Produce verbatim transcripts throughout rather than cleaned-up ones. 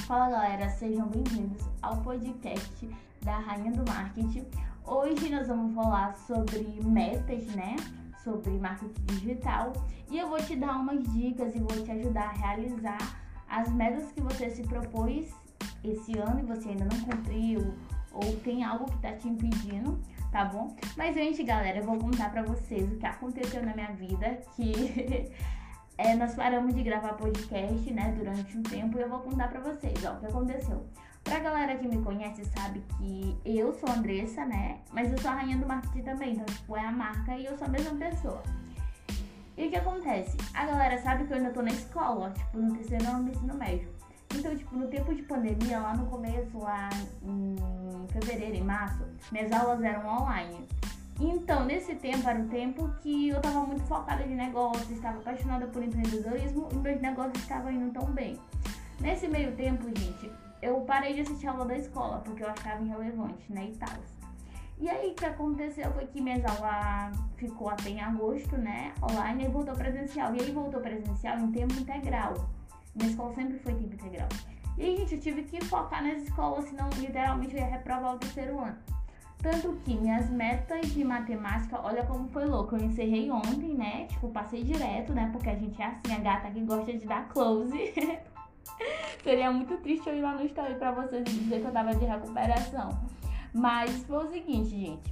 Fala galera, sejam bem-vindos ao podcast da Rainha do Marketing. Hoje nós vamos falar sobre metas, né? Sobre marketing digital e eu vou te dar umas dicas e vou te ajudar a realizar as metas que você se propôs esse ano e você ainda não cumpriu ou tem algo que tá te impedindo, tá bom? Mas antes, galera, eu vou contar pra vocês o que aconteceu na minha vida, que é, nós paramos de gravar podcast, né, durante um tempo e eu vou contar pra vocês, ó, o que aconteceu. Pra galera que me conhece sabe que eu sou a Andressa, né, mas eu sou a rainha do marketing também, então, tipo, é a marca e eu sou a mesma pessoa. E o que acontece? A galera sabe que eu ainda tô na escola, tipo, no terceiro ano do ensino médio. Então, tipo, no tempo de pandemia, lá no começo, lá em fevereiro, em março, minhas aulas eram online. Então, nesse tempo, era o tempo que eu tava muito focada de negócio, estava apaixonada por empreendedorismo e meus negócios estavam indo tão bem. Nesse meio tempo, gente, eu parei de assistir a aula da escola, porque eu achava irrelevante, né, e tal. E aí, o que aconteceu foi que minhas aulas ficou até em agosto, né, online, e voltou presencial. E aí, voltou presencial em tempo integral. Minha escola sempre foi tempo integral. E aí, gente, eu tive que focar nas escolas, senão, literalmente, eu ia reprovar o terceiro ano. Tanto que minhas metas de matemática, olha como foi louco, eu encerrei ontem, né, tipo, passei direto, né, porque a gente é assim, a gata que gosta de dar close. Seria muito triste eu ir lá no story pra vocês e dizer que eu tava de recuperação. Mas foi o seguinte, gente,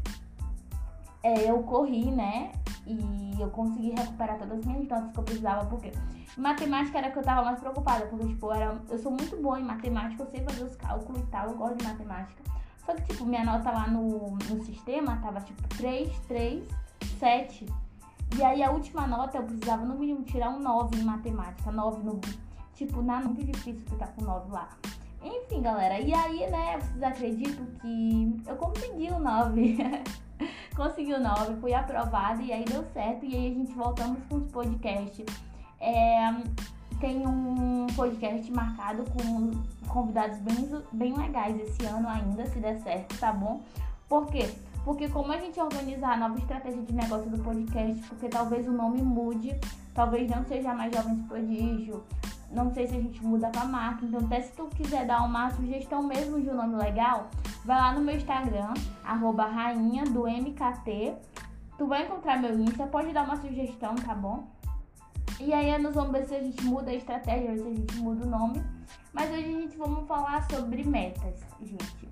é, eu corri, né, e eu consegui recuperar todas as minhas notas que eu precisava, porque matemática era que eu tava mais preocupada, porque, tipo, era, eu sou muito boa em matemática, eu sei fazer os cálculos e tal, eu gosto de matemática. Só que, tipo, minha nota lá no, no sistema tava, tipo, três, três, sete. E aí, a última nota, eu precisava, no mínimo, tirar um nove em matemática. nove no... Tipo, na muito difícil ficar com nove lá. Enfim, galera. E aí, né, vocês acreditam que eu consegui o nove. Consegui o nove, fui aprovada e aí deu certo. E aí, a gente voltamos com os podcasts. É... Tem um podcast marcado com convidados bem, bem legais esse ano ainda, se der certo, tá bom? Por quê? Porque como a gente organizar a nova estratégia de negócio do podcast, porque talvez o nome mude, talvez não seja mais Jovens Prodígio, não sei se a gente muda pra marca, então até se tu quiser dar uma sugestão mesmo de um nome legal, vai lá no meu Instagram, arroba rainha do M K T, tu vai encontrar meu Insta, pode dar uma sugestão, tá bom? E aí nós vamos ver se a gente muda a estratégia, ver se a gente muda o nome. Mas hoje a gente vamos falar sobre metas, gente.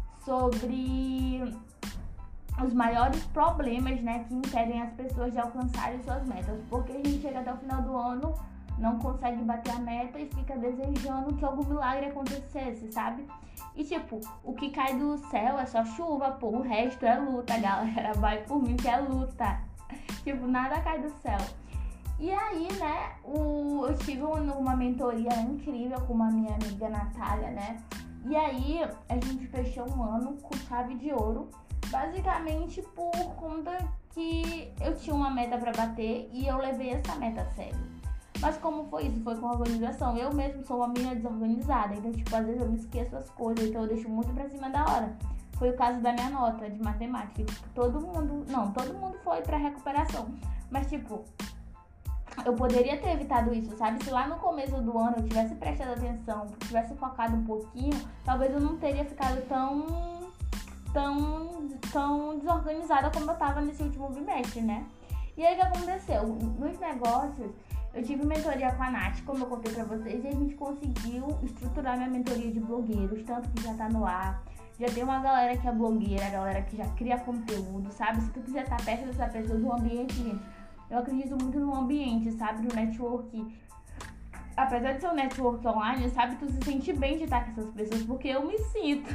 Sobre os maiores problemas, né, que impedem as pessoas de alcançarem suas metas. Porque a gente chega até o final do ano, não consegue bater a meta e fica desejando que algum milagre acontecesse, sabe? E tipo, o que cai do céu é só chuva, pô, o resto é luta, galera. Vai por mim que é luta. Tipo, nada cai do céu. E aí, né, o, eu tive uma mentoria incrível com uma minha amiga Natália, né? E aí, a gente fechou um ano com chave de ouro, basicamente por conta que eu tinha uma meta pra bater e eu levei essa meta a sério. Mas como foi isso? Foi com organização. Eu mesmo sou uma menina desorganizada, então, tipo, às vezes eu me esqueço as coisas, então eu deixo muito pra cima da hora. Foi o caso da minha nota de matemática. Tipo, todo mundo, não, todo mundo foi pra recuperação. Mas, tipo, eu poderia ter evitado isso, sabe? Se lá no começo do ano eu tivesse prestado atenção, tivesse focado um pouquinho, talvez eu não teria ficado tão, tão, tão desorganizada como eu tava nesse último bimestre, né? E aí o que aconteceu? Nos negócios, eu tive mentoria com a Nath, como eu contei pra vocês, e a gente conseguiu estruturar minha mentoria de blogueiros, tanto que já tá no ar. Já tem uma galera que é blogueira, a galera que já cria conteúdo, sabe? Se tu quiser estar perto dessa pessoa, do ambiente, gente, eu acredito muito no ambiente, sabe? No network. Apesar de ser um network online, sabe? Tu se sente bem de estar com essas pessoas, porque eu me sinto.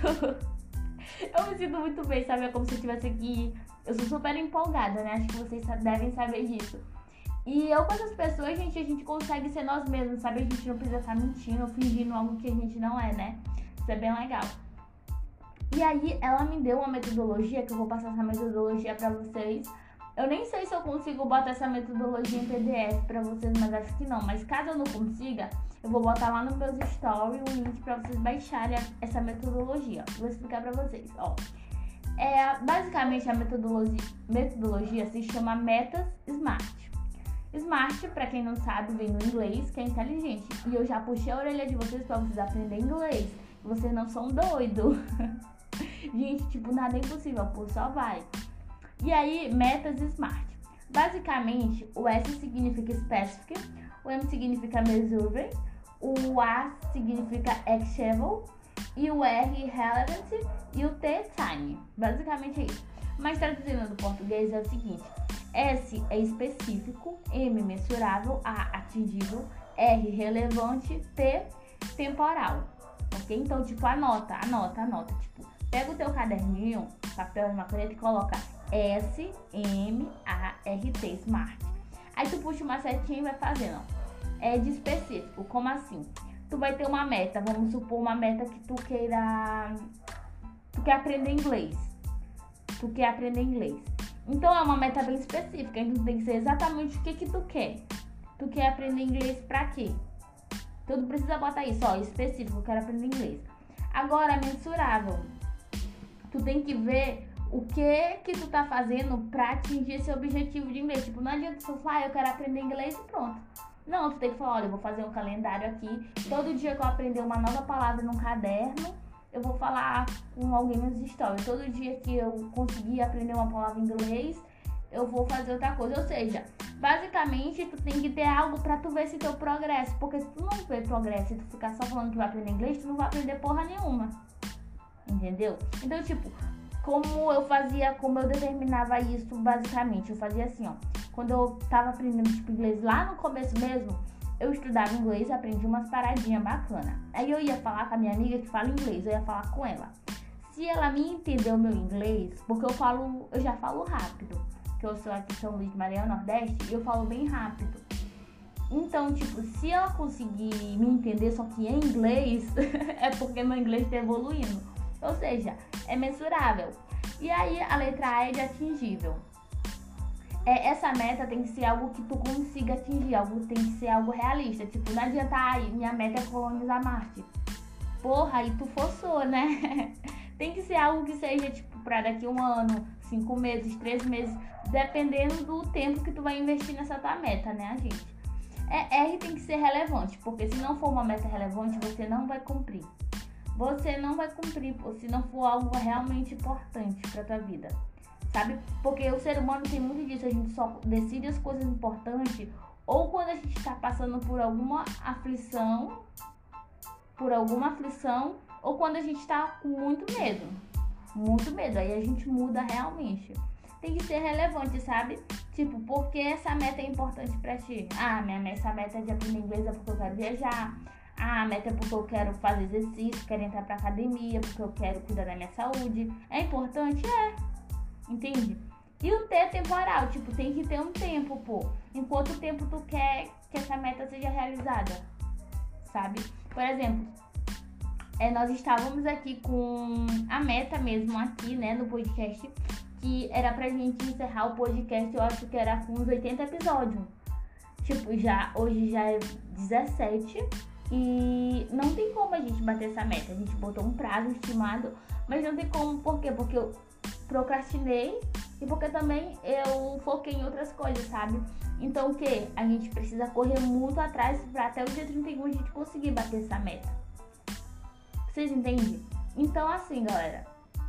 Eu me sinto muito bem, sabe? É como se eu estivesse aqui. Eu sou super empolgada, né? Acho que vocês devem saber disso. E eu com essas pessoas, gente, a gente consegue ser nós mesmos, sabe? A gente não precisa estar mentindo ou fingindo algo que a gente não é, né? Isso é bem legal. E aí, ela me deu uma metodologia, que eu vou passar essa metodologia pra vocês. Eu nem sei se eu consigo botar essa metodologia em P D F pra vocês, mas acho que não. Mas caso eu não consiga, eu vou botar lá nos meus stories um link pra vocês baixarem essa metodologia. Vou explicar pra vocês, ó. É, basicamente, a metodologia, metodologia se chama Metas Smart. Smart, pra quem não sabe, vem do inglês, que é inteligente. E eu já puxei a orelha de vocês pra vocês aprenderem inglês. Vocês não são doidos. Gente, tipo, nada é impossível, pô, só vai. E aí, metas Smart. Basicamente, o S significa specific, o M significa measuring, o A significa achievable, e o R relevant e o T time. Basicamente é isso. Mas traduzindo do português é o seguinte: S é específico, M mensurável, A atingível, R relevante, T temporal. Ok? Então, tipo, anota, anota, anota. Tipo, pega o teu caderninho, papel e uma caneta e coloca S M A R T, Smart. Aí tu puxa uma setinha e vai fazendo. É de específico, como assim? Tu vai ter uma meta, vamos supor uma meta que tu queira... Tu quer aprender inglês. Tu quer aprender inglês. Então é uma meta bem específica, então tem que ser exatamente o que que tu quer. Tu quer aprender inglês pra quê? Então tu precisa botar isso, ó, específico, eu quero aprender inglês. Agora, mensurável. Tu tem que ver o que que tu tá fazendo pra atingir esse objetivo de inglês. Tipo, não adianta tu falar, ah, eu quero aprender inglês e pronto. Não, tu tem que falar, olha, eu vou fazer um calendário aqui. Todo dia que eu aprender uma nova palavra num caderno, eu vou falar com alguém nos stories. Todo dia que eu conseguir aprender uma palavra em inglês, eu vou fazer outra coisa. Ou seja, basicamente, tu tem que ter algo pra tu ver esse teu progresso. Porque se tu não ver progresso e tu ficar só falando que vai aprender inglês, tu não vai aprender porra nenhuma. Entendeu? Então, tipo, como eu fazia, como eu determinava isso, basicamente, eu fazia assim, ó. Quando eu tava aprendendo, tipo, inglês lá no começo mesmo, eu estudava inglês, aprendi umas paradinhas bacanas. Aí eu ia falar com a minha amiga que fala inglês, eu ia falar com ela. Se ela me entender o meu inglês, porque eu falo, eu já falo rápido, que eu sou aqui em São Luís de Maranhão, Nordeste, e eu falo bem rápido. Então, tipo, se ela conseguir me entender só que em inglês, é porque meu inglês tá evoluindo. Ou seja, é mensurável. E aí, a letra A é de atingível. É, essa meta tem que ser algo que tu consiga atingir, algo tem que ser algo realista. Tipo, não adianta, ai, minha meta é colonizar Marte. Porra, aí tu forçou, né? Tem que ser algo que seja, tipo, pra daqui um ano, cinco meses, três meses, dependendo do tempo que tu vai investir nessa tua meta, né, gente? É, R tem que ser relevante, porque se não for uma meta relevante, você não vai cumprir. Você não vai cumprir se não for algo realmente importante pra tua vida. Sabe? Porque o ser humano tem muito disso, a gente só decide as coisas importantes ou quando a gente está passando por alguma aflição, por alguma aflição, ou quando a gente está com muito medo, muito medo, aí a gente muda realmente. Tem que ser relevante, sabe? Tipo, por que essa meta é importante pra ti? Ah, minha, essa meta é de aprender inglês é porque eu quero viajar. Ah, a meta é porque eu quero fazer exercício, quero entrar pra academia, porque eu quero cuidar da minha saúde. É importante? É. Entende? E o T é temporal, tipo, tem que ter um tempo, pô. Em quanto tempo tu quer que essa meta seja realizada, sabe? Por exemplo, é, nós estávamos aqui com a meta mesmo aqui, né, no podcast, que era pra gente encerrar o podcast, eu acho que era com uns oitenta episódios. Tipo, já, hoje já é dezessete e não tem como a gente bater essa meta. A gente botou um prazo estimado, mas não tem como, por quê? Porque eu procrastinei e porque também eu foquei em outras coisas, sabe? Então o que? A gente precisa correr muito atrás para até o dia trinta e um a gente conseguir bater essa meta. Vocês entendem? Então assim, galera,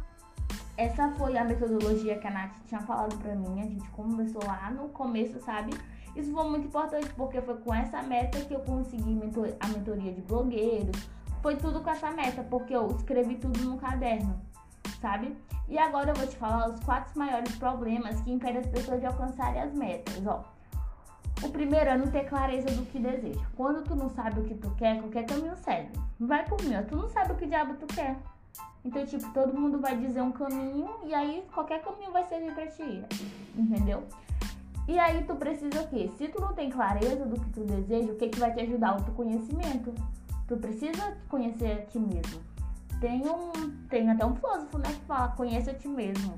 essa foi a metodologia que a Nath tinha falado pra mim. A gente começou lá no começo, sabe? Isso foi muito importante porque foi com essa meta que eu consegui a mentoria de blogueiros. Foi tudo com essa meta, porque eu escrevi tudo no caderno, sabe? E agora eu vou te falar os quatro maiores problemas que impedem as pessoas de alcançarem as metas, ó. O primeiro é não ter clareza do que deseja. Quando tu não sabe o que tu quer, qualquer caminho serve. Vai por mim, ó. Tu não sabe o que diabo tu quer. Então, tipo, todo mundo vai dizer um caminho e aí qualquer caminho vai servir pra ti, entendeu? E aí tu precisa o quê? Se tu não tem clareza do que tu deseja, o que que vai te ajudar? O autoconhecimento. Tu precisa conhecer a ti mesmo. Tem, um, tem até um filósofo, né, que fala, conheça a ti mesmo.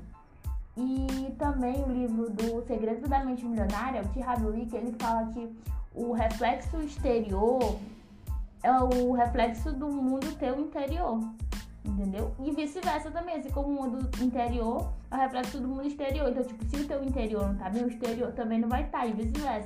E também o livro do Segredo da Mente Milionária, o T. Harv Eker, ele fala que o reflexo exterior é o reflexo do mundo teu interior, entendeu? E vice-versa também, assim como o mundo interior é o reflexo do mundo exterior. Então, tipo, se o teu interior não tá bem, o exterior também não vai estar, e vice-versa.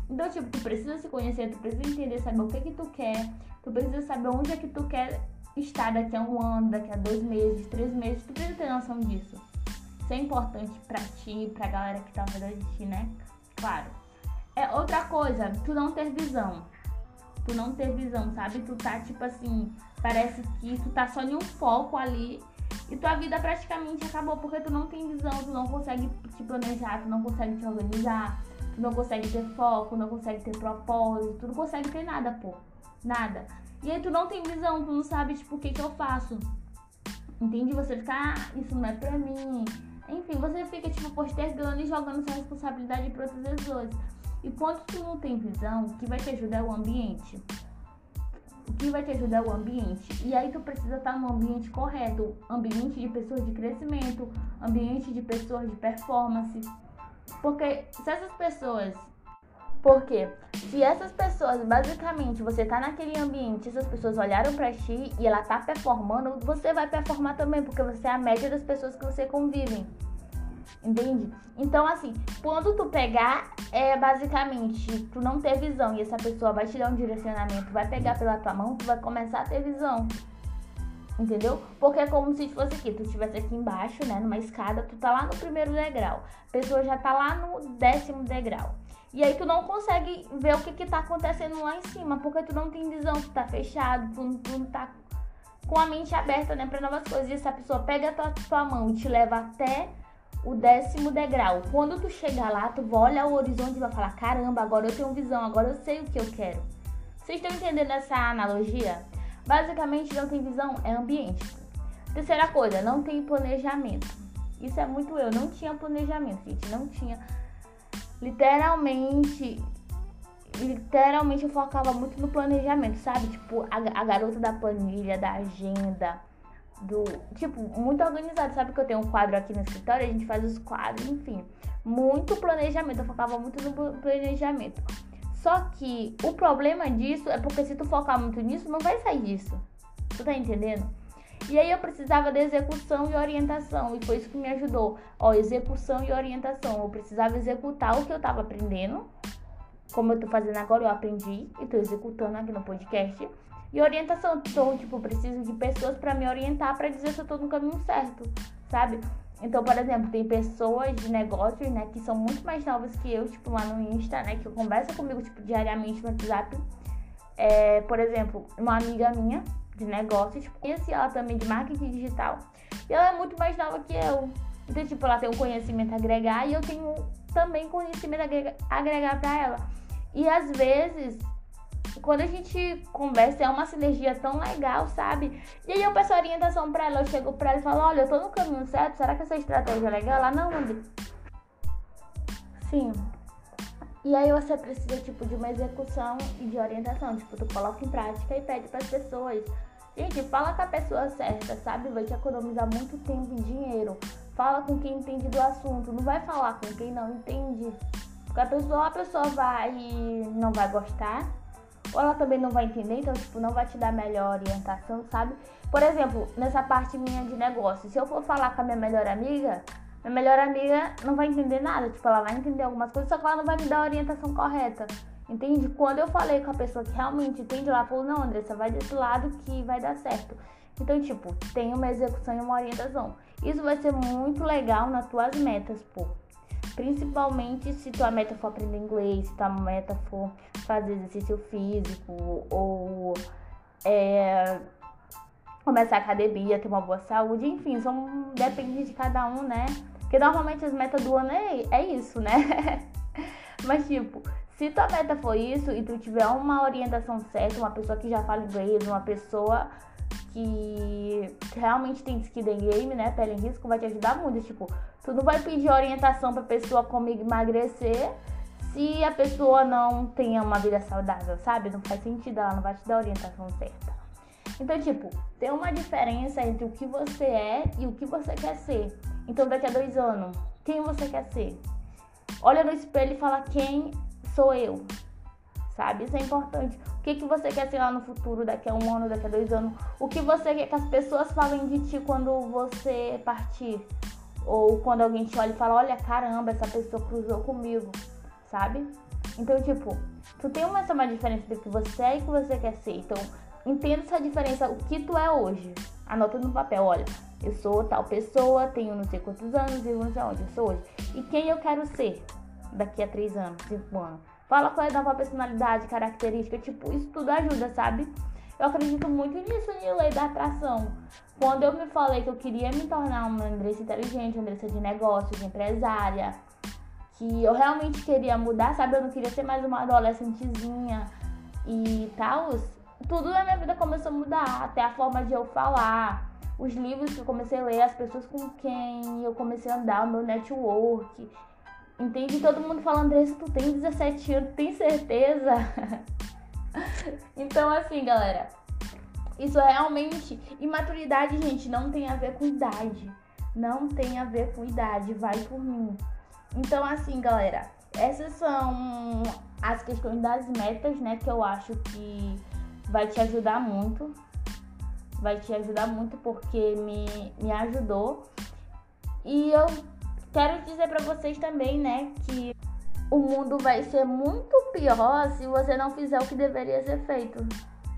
Então, tipo, tu precisa se conhecer, tu precisa entender, saber o que que tu quer, tu precisa saber onde é que tu quer estar daqui a um ano, daqui a dois meses, três meses, tu precisa ter noção disso. Isso é importante pra ti, pra galera que tá ao redor de ti, né? Claro. É outra coisa, tu não ter visão. Tu não ter visão, sabe? Tu tá, tipo assim, parece que tu tá só em um foco ali e tua vida praticamente acabou porque tu não tem visão, tu não consegue te planejar, tu não consegue te organizar, tu não consegue ter foco, não consegue ter propósito, tu não consegue ter nada, pô. Nada. E aí tu não tem visão, tu não sabe, tipo, o que que eu faço. Entende? Você fica, ah, isso não é pra mim. Enfim, você fica, tipo, postergando e jogando sua responsabilidade para outras pessoas. E quando tu não tem visão, o que vai te ajudar é o ambiente. O que vai te ajudar é o ambiente. E aí tu precisa estar no ambiente correto. Ambiente de pessoas de crescimento, ambiente de pessoas de performance. Porque se essas pessoas... Porque se essas pessoas, basicamente, você tá naquele ambiente, essas pessoas olharam pra ti e ela tá performando, você vai performar também, porque você é a média das pessoas que você convive. Entende? Então, assim, quando tu pegar, é basicamente, tu não ter visão e essa pessoa vai te dar um direcionamento, vai pegar pela tua mão, tu vai começar a ter visão. Entendeu? Porque é como se fosse aqui, tu estivesse aqui embaixo, né, numa escada, tu tá lá no primeiro degrau, a pessoa já tá lá no décimo degrau. E aí tu não consegue ver o que que tá acontecendo lá em cima, porque tu não tem visão, tu tá fechado, tu, tu não tá com a mente aberta, né, pra novas coisas. E essa pessoa pega a tua, tua mão e te leva até o décimo degrau. Quando tu chegar lá, tu vai olhar o horizonte e vai falar, caramba, agora eu tenho visão, agora eu sei o que eu quero. Vocês estão entendendo essa analogia? Basicamente, não tem visão, é ambiente. Terceira coisa, não tem planejamento. Isso é muito eu, não tinha planejamento, gente, não tinha. Literalmente, literalmente eu focava muito no planejamento, sabe? Tipo, a, a garota da planilha, da agenda, do... Tipo, muito organizado, sabe que eu tenho um quadro aqui no escritório, a gente faz os quadros, enfim. Muito planejamento, eu focava muito no planejamento. Só que o problema disso é porque se tu focar muito nisso, não vai sair disso. Tu tá entendendo? E aí eu precisava de execução e orientação, e foi isso que me ajudou. Ó, execução e orientação. Eu precisava executar o que eu tava aprendendo, como eu tô fazendo agora, eu aprendi e tô executando aqui no podcast. E orientação, então, tipo, eu preciso de pessoas pra me orientar, pra dizer se eu tô no caminho certo, sabe? Então, por exemplo, tem pessoas de negócios, né, que são muito mais novas que eu, tipo, lá no Insta, né, que conversa comigo, tipo, diariamente no WhatsApp. É, por exemplo, uma amiga minha de negócios, tipo, conheci ela também de marketing digital, e ela é muito mais nova que eu. Então, tipo, ela tem um conhecimento a agregar e eu tenho também conhecimento a agregar, agregar pra ela. E às vezes, quando a gente conversa, é uma sinergia tão legal, sabe? E aí eu peço orientação pra ela, eu chego pra ela e falo, olha, eu tô no caminho certo, será que essa estratégia é legal? Ela, não, André. Sim. E aí você precisa, tipo, de uma execução e de orientação. Tipo, tu coloca em prática e pede pras pessoas. Gente, fala com a pessoa certa, sabe? Vai te economizar muito tempo e dinheiro. Fala com quem entende do assunto. Não vai falar com quem não entende. Porque a pessoa, a pessoa vai não vai gostar. Ou ela também não vai entender. Então, tipo, não vai te dar melhor orientação, sabe? Por exemplo, nessa parte minha de negócio. Se eu for falar com a minha melhor amiga... Minha melhor amiga não vai entender nada, tipo, ela vai entender algumas coisas, só que ela não vai me dar a orientação correta, entende? Quando eu falei com a pessoa que realmente entende, ela falou, não, Andressa, vai desse lado que vai dar certo. Então, tipo, tem uma execução e uma orientação. Isso vai ser muito legal nas tuas metas, pô. Principalmente se tua meta for aprender inglês, se tua meta for fazer exercício físico, ou é... começar a academia, ter uma boa saúde, enfim, são, depende de cada um, né? Porque normalmente as metas do ano é, é isso, né? Mas, tipo, se tua meta for isso e tu tiver uma orientação certa, uma pessoa que já fala inglês, uma pessoa que realmente tem skin in game, né? Pele em risco, vai te ajudar muito. Tipo, tu não vai pedir orientação pra pessoa como emagrecer se a pessoa não tenha uma vida saudável, sabe? Não faz sentido, ela não vai te dar a orientação certa. Então, tipo, tem uma diferença entre o que você é e o que você quer ser. Então, daqui a dois anos, quem você quer ser? Olha no espelho e fala, quem sou eu? Sabe? Isso é importante. O que, que você quer ser lá no futuro, daqui a um ano, daqui a dois anos? O que você quer que as pessoas falem de ti quando você partir? Ou quando alguém te olha e fala, olha, caramba, essa pessoa cruzou comigo. sabe? Então, tipo, tu tem uma, uma diferença do que você é e que você quer ser. Então, entenda essa diferença, o que tu é hoje. Anota no papel, olha, eu sou tal pessoa, tenho não sei quantos anos, vivo não sei onde eu sou hoje. E quem eu quero ser daqui a três anos, cinco anos. Fala qual é a nova personalidade, característica, tipo, isso tudo ajuda, sabe? Eu acredito muito nisso, em lei da atração. Quando eu me falei que eu queria me tornar uma Andressa inteligente, uma Andressa de negócios, empresária, que eu realmente queria mudar, sabe? Eu não queria ser mais uma adolescentezinha e tal. Tudo na minha vida começou a mudar, até a forma de eu falar, os livros que eu comecei a ler, as pessoas com quem eu comecei a andar, o meu network. Entende? Todo mundo fala, Andressa, tu tem dezessete anos, tem certeza? Então, assim, galera, isso é realmente... Imaturidade, gente, não tem a ver com idade. Não tem a ver com idade, vai por mim. Então, assim, galera, essas são as questões das metas, né, que eu acho que vai te ajudar muito. Vai te ajudar muito porque me, me ajudou. E eu quero dizer pra vocês também, né, que o mundo vai ser muito pior se você não fizer o que deveria ser feito,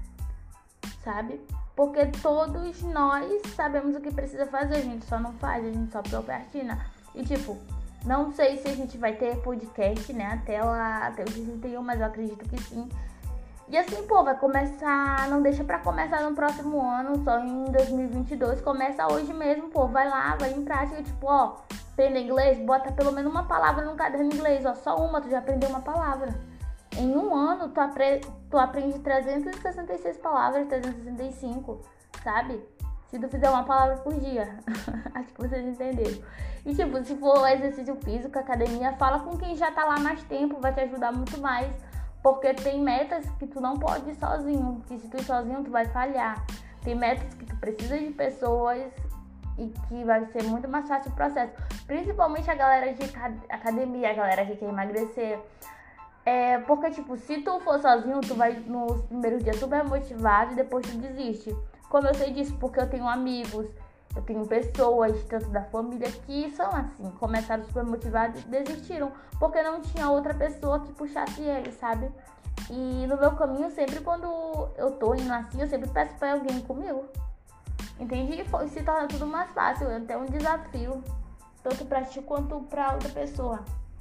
sabe? Porque todos nós sabemos o que precisa fazer, a gente só não faz, a gente só procrastina. E tipo, não sei se a gente vai ter podcast, né, até, lá, até os sessenta e um, mas eu acredito que sim. E assim, pô, vai começar, não deixa pra começar no próximo ano, só em dois mil e vinte e dois, começa hoje mesmo, pô, vai lá, vai em prática, tipo, ó, aprende inglês, bota pelo menos uma palavra no caderno em inglês, ó, só uma, tu já aprendeu uma palavra. Em um ano, tu, apre, tu aprende trezentas e sessenta e seis palavras, trezentas e sessenta e cinco, sabe? Se tu fizer uma palavra por dia, acho que vocês entenderam. E tipo, se for exercício físico, academia, fala com quem já tá lá mais tempo, vai te ajudar muito mais. Porque tem metas que tu não pode ir sozinho, que se tu ir sozinho tu vai falhar. Tem metas que tu precisa de pessoas e que vai ser muito mais fácil o processo. Principalmente a galera de academia, a galera que quer emagrecer. É, porque tipo, se tu for sozinho, tu vai nos primeiros dias super motivado e depois tu desiste. Como eu sei disso? Porque eu tenho amigos, eu tenho pessoas, tanto da família, que são assim, começaram super motivados e desistiram, porque não tinha outra pessoa que puxasse eles, sabe? E no meu caminho, sempre quando eu tô indo assim, eu sempre peço pra alguém comigo. Entende? E se torna tudo mais fácil, é até um desafio, tanto pra ti quanto pra outra pessoa.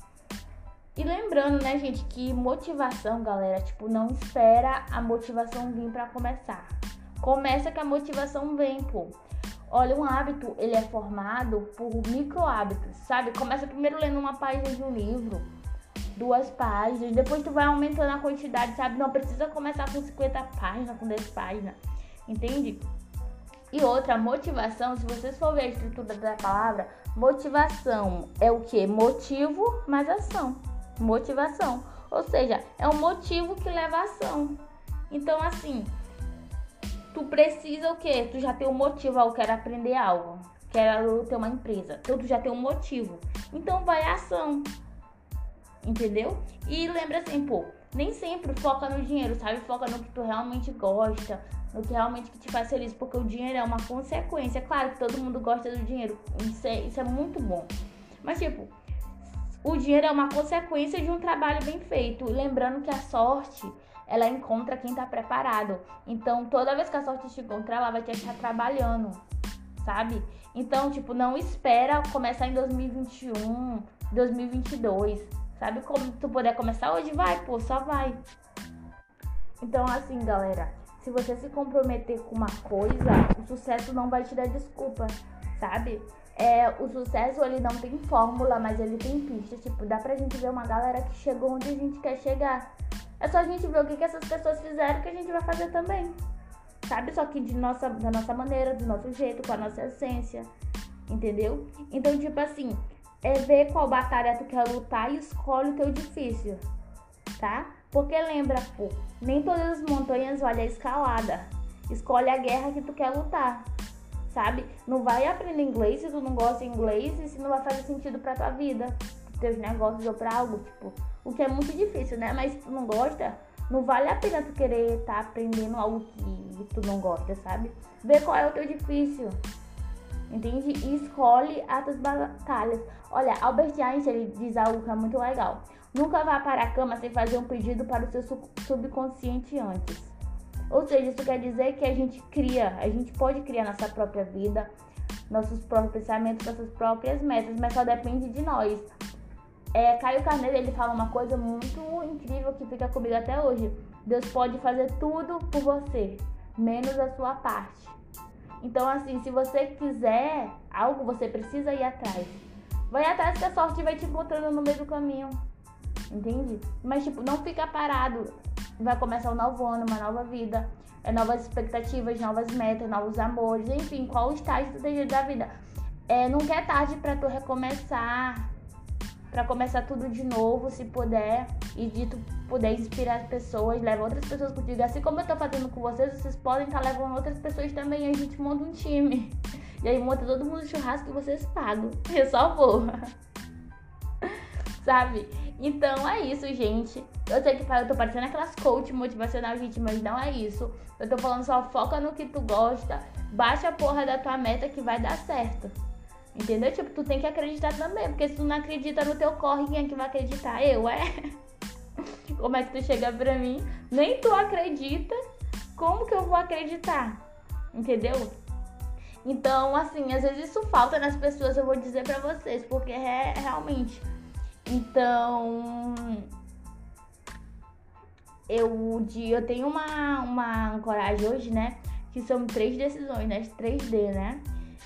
E lembrando, né, gente, que motivação, galera, tipo, não espera a motivação vir pra começar. Começa que a motivação vem, pô. Olha, um hábito, ele é formado por micro hábitos, sabe? Começa primeiro lendo uma página de um livro, duas páginas, depois tu vai aumentando a quantidade, sabe? Não precisa começar com cinquenta páginas, com dez páginas, entende? E outra, motivação, se vocês for ver a estrutura da palavra, motivação é o quê? Motivo mais ação. Motivação, ou seja, é um motivo que leva a ação. Então, assim... Tu precisa o quê? Tu já tem um motivo, eu quero aprender algo, quero ter uma empresa. Então tu já tem um motivo. Então vai a ação. Entendeu? E lembra assim, pô, nem sempre foca no dinheiro, sabe? Foca no que tu realmente gosta, no que realmente que te faz feliz, porque o dinheiro é uma consequência. Claro que todo mundo gosta do dinheiro, isso é, isso é muito bom. Mas tipo, o dinheiro é uma consequência de um trabalho bem feito. Lembrando que a sorte... ela encontra quem tá preparado. Então, toda vez que a sorte te encontrar, ela vai te achar trabalhando, sabe? Então, tipo, não espera começar em dois mil e vinte e um, dois mil e vinte e dois, sabe? Como tu puder começar hoje, vai, pô, só vai. Então, assim, galera, se você se comprometer com uma coisa, o sucesso não vai te dar desculpa, sabe? É, o sucesso, ele não tem fórmula, mas ele tem pista. Tipo, dá pra gente ver uma galera que chegou onde a gente quer chegar. É só a gente ver o que, que essas pessoas fizeram que a gente vai fazer também, sabe? Só que de nossa, da nossa maneira, do nosso jeito, com a nossa essência, entendeu? Então, tipo assim, é ver qual batalha tu quer lutar e escolhe o teu difícil, tá? Porque lembra, pô, nem todas as montanhas valem a escalada. Escolhe a guerra que tu quer lutar, sabe? Não vai aprender inglês se tu não gosta de inglês e se não vai fazer sentido pra tua vida, pros teus negócios ou pra algo, tipo... O que é muito difícil, né? Mas se tu não gosta, não vale a pena tu querer estar tá aprendendo algo que tu não gosta, sabe? Vê qual é o teu difícil, entende? E escolhe as tuas batalhas. Olha, Albert Einstein, ele diz algo que é muito legal. Nunca vá para a cama sem fazer um pedido para o seu subconsciente antes. Ou seja, isso quer dizer que a gente cria, a gente pode criar nossa própria vida, nossos próprios pensamentos, nossas próprias metas, mas só depende de nós. É, Caio Carneiro, ele fala uma coisa muito incrível que fica comigo até hoje. Deus pode fazer tudo por você, menos a sua parte. Então, assim, se você quiser algo, você precisa ir atrás. Vai atrás que a sorte vai te encontrando no meio do caminho. Entende? Mas, tipo, não fica parado. Vai começar um novo ano, uma nova vida. É, novas expectativas, novas metas, novos amores. Enfim, qual o estágio que tu tem da vida. É, nunca é tarde pra tu recomeçar. Pra começar tudo de novo, se puder. E de tu puder inspirar as pessoas, leva outras pessoas contigo. Assim como eu tô fazendo com vocês, vocês podem estar levando outras pessoas também. A gente monta um time. E aí monta todo mundo churrasco e vocês pagam. Eu só vou. Sabe? Então é isso, gente. Eu sei que eu tô parecendo aquelas coach motivacional, gente, mas não é isso. Eu tô falando só, foca no que tu gosta. Baixa a porra da tua meta que vai dar certo. Entendeu? Tipo, tu tem que acreditar também. Porque se tu não acredita no teu corre, quem é que vai acreditar? Eu, é? Como é que tu chega pra mim? Nem tu acredita. Como que eu vou acreditar? Entendeu? Então, assim, às vezes isso falta nas pessoas, eu vou dizer pra vocês. Porque é realmente... Então, eu, de, eu tenho uma, uma ancoragem hoje, né? Que são três decisões, né? três D, né?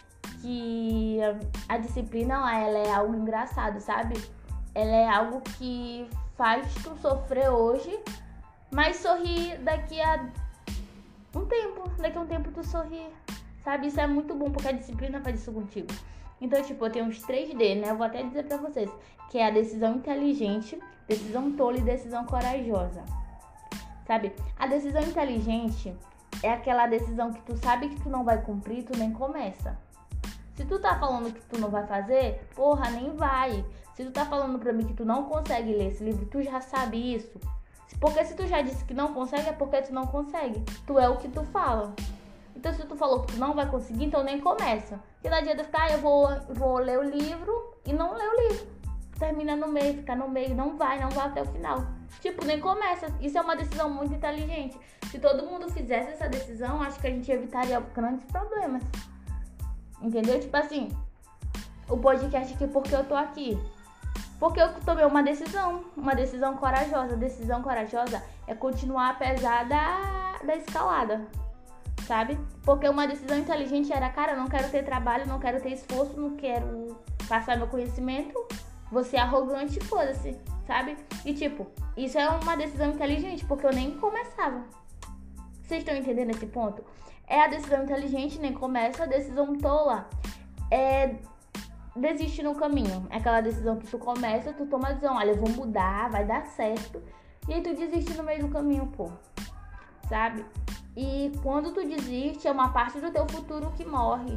Que a disciplina, ela é algo engraçado, sabe? Ela é algo que faz tu sofrer hoje, mas sorrir daqui a um tempo. Daqui a um tempo tu sorrir, sabe? Isso é muito bom, porque a disciplina faz isso contigo. Então, tipo, eu tenho uns três D, né? Eu vou até dizer pra vocês. Que é a decisão inteligente, decisão tola e decisão corajosa. Sabe? A decisão inteligente é aquela decisão que tu sabe que tu não vai cumprir, tu nem começa. Se tu tá falando que tu não vai fazer, porra, nem vai. Se tu tá falando pra mim que tu não consegue ler esse livro, tu já sabe isso. Porque se tu já disse que não consegue, é porque tu não consegue. Tu é o que tu fala. Então, se tu falou que tu não vai conseguir, então nem começa. Porque não adianta ficar, ah, eu vou, vou ler o livro e não ler o livro. Termina no meio, fica no meio, não vai, não vai até o final. Tipo, nem começa. Isso é uma decisão muito inteligente. Se todo mundo fizesse essa decisão, acho que a gente evitaria grandes problemas. Entendeu? Tipo assim, o podcast aqui, porque eu tô aqui? Porque eu tomei uma decisão, uma decisão corajosa. Decisão corajosa é continuar apesar da, da escalada, sabe? Porque uma decisão inteligente era, cara, eu não quero ter trabalho, não quero ter esforço, não quero passar meu conhecimento, vou ser arrogante e foda-se, sabe? E tipo, isso é uma decisão inteligente, porque eu nem começava. Vocês estão entendendo esse ponto? É a decisão inteligente, nem começa. A decisão tola é desistir no caminho. É aquela decisão que tu começa, tu toma a decisão, olha, eu vou mudar, vai dar certo. E aí tu desiste no meio do caminho, pô. Sabe? E quando tu desiste, é uma parte do teu futuro que morre.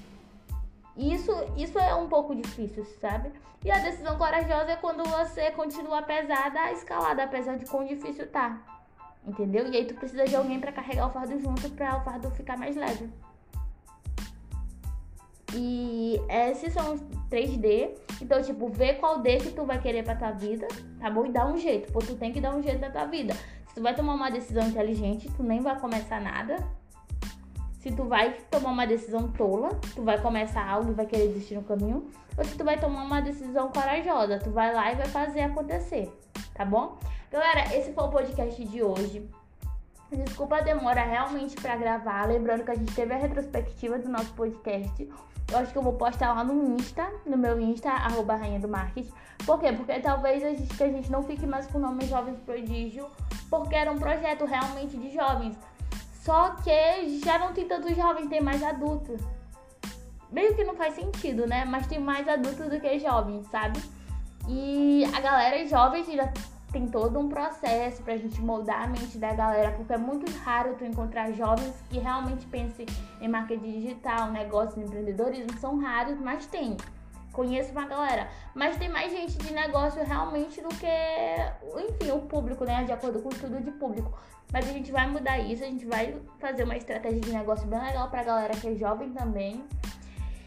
Isso, isso é um pouco difícil, sabe? E a decisão corajosa é quando você continua apesar da escalada, apesar de quão difícil tá. Entendeu? E aí tu precisa de alguém pra carregar o fardo junto, pra o fardo ficar mais leve. E esses são os três D. Então, tipo, vê qual D que tu vai querer pra tua vida, tá bom? E dá um jeito, pô, tu tem que dar um jeito na tua vida. Se tu vai tomar uma decisão inteligente, tu nem vai começar nada. Se tu vai tomar uma decisão tola, tu vai começar algo e vai querer desistir no caminho. Ou se tu vai tomar uma decisão corajosa, tu vai lá e vai fazer acontecer, tá bom? Galera, esse foi o podcast de hoje. Desculpa a demora realmente pra gravar. Lembrando que a gente teve a retrospectiva do nosso podcast. Eu acho que eu vou postar lá no Insta, no meu Insta, arroba Rainha do Marketing. Por quê? Porque talvez a gente, que a gente não fique mais com o nome Jovens Prodígio, porque era um projeto realmente de jovens. Só que já não tem tantos jovens, tem mais adultos. Meio que não faz sentido, né? Mas tem mais adultos do que jovens, sabe? E a galera jovem já tem todo um processo pra gente moldar a mente da galera, porque é muito raro tu encontrar jovens que realmente pensem em marketing digital, negócio, empreendedorismo. São raros, mas tem. Conheço uma galera. Mas tem mais gente de negócio realmente do que, enfim, o público, né? De acordo com o estudo de público. Mas a gente vai mudar isso, a gente vai fazer uma estratégia de negócio bem legal pra galera que é jovem também.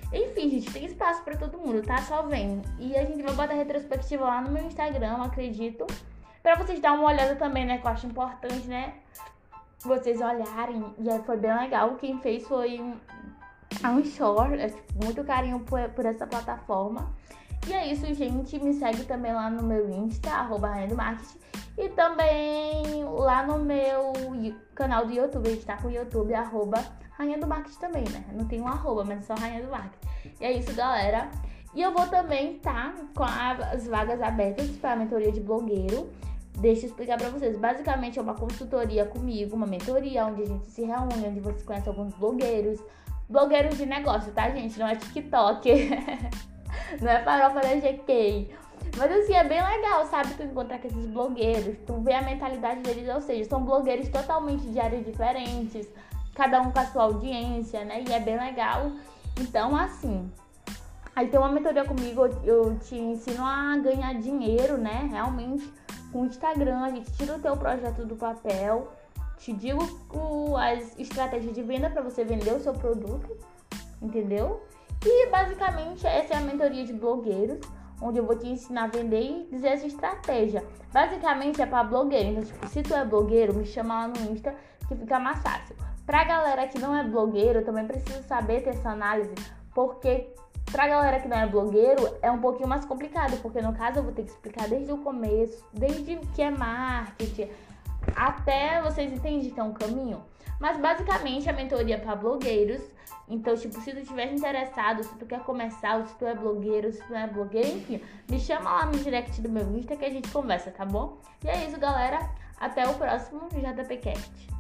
Enfim, gente, tem espaço pra todo mundo, tá? Só vem. E a gente vai botar retrospectiva lá no meu Instagram, acredito. Pra vocês darem uma olhada também, né? Que eu acho importante, né? Vocês olharem. E aí foi bem legal. Quem fez foi um, um short. É, tipo, muito carinho por, por essa plataforma. E é isso, gente. Me segue também lá no meu Insta, arroba Rainha do Marketing. E também lá no meu canal do YouTube. A gente tá com o YouTube, arroba Rainha do Marketing também, né? Não tem um arroba, mas só Rainha do Marketing. E é isso, galera. E eu vou também estar tá com as vagas abertas para a mentoria de blogueiro. Deixa eu explicar pra vocês. Basicamente é uma consultoria comigo, uma mentoria onde a gente se reúne, onde você conhece alguns blogueiros. Blogueiros de negócio, tá, gente? Não é TikTok. Não é farofa da G K. Mas assim, é bem legal, sabe? Tu encontrar com esses blogueiros, tu vê a mentalidade deles, ou seja, são blogueiros totalmente de áreas diferentes, cada um com a sua audiência, né? E é bem legal. Então, assim, aí tem uma mentoria comigo, eu te ensino a ganhar dinheiro, né? Realmente, com o Instagram, a gente tira o teu projeto do papel, te digo as estratégias de venda para você vender o seu produto, entendeu? E basicamente essa é a mentoria de blogueiros, onde eu vou te ensinar a vender e dizer essa estratégia. Basicamente é para blogueiro, então tipo, se tu é blogueiro, me chama lá no Insta que fica mais fácil. Pra galera que não é blogueiro, eu também preciso saber ter essa análise, porque pra galera que não é blogueiro é um pouquinho mais complicado, porque no caso eu vou ter que explicar desde o começo, desde o que é marketing, até vocês entenderem que é um caminho. Mas basicamente a mentoria é para blogueiros. Então, tipo, se tu estiver interessado, se tu quer começar, ou se tu é blogueiro, se tu não é blogueiro, enfim, me chama lá no direct do meu Insta que a gente conversa, tá bom? E é isso, galera. Até o próximo JPCast.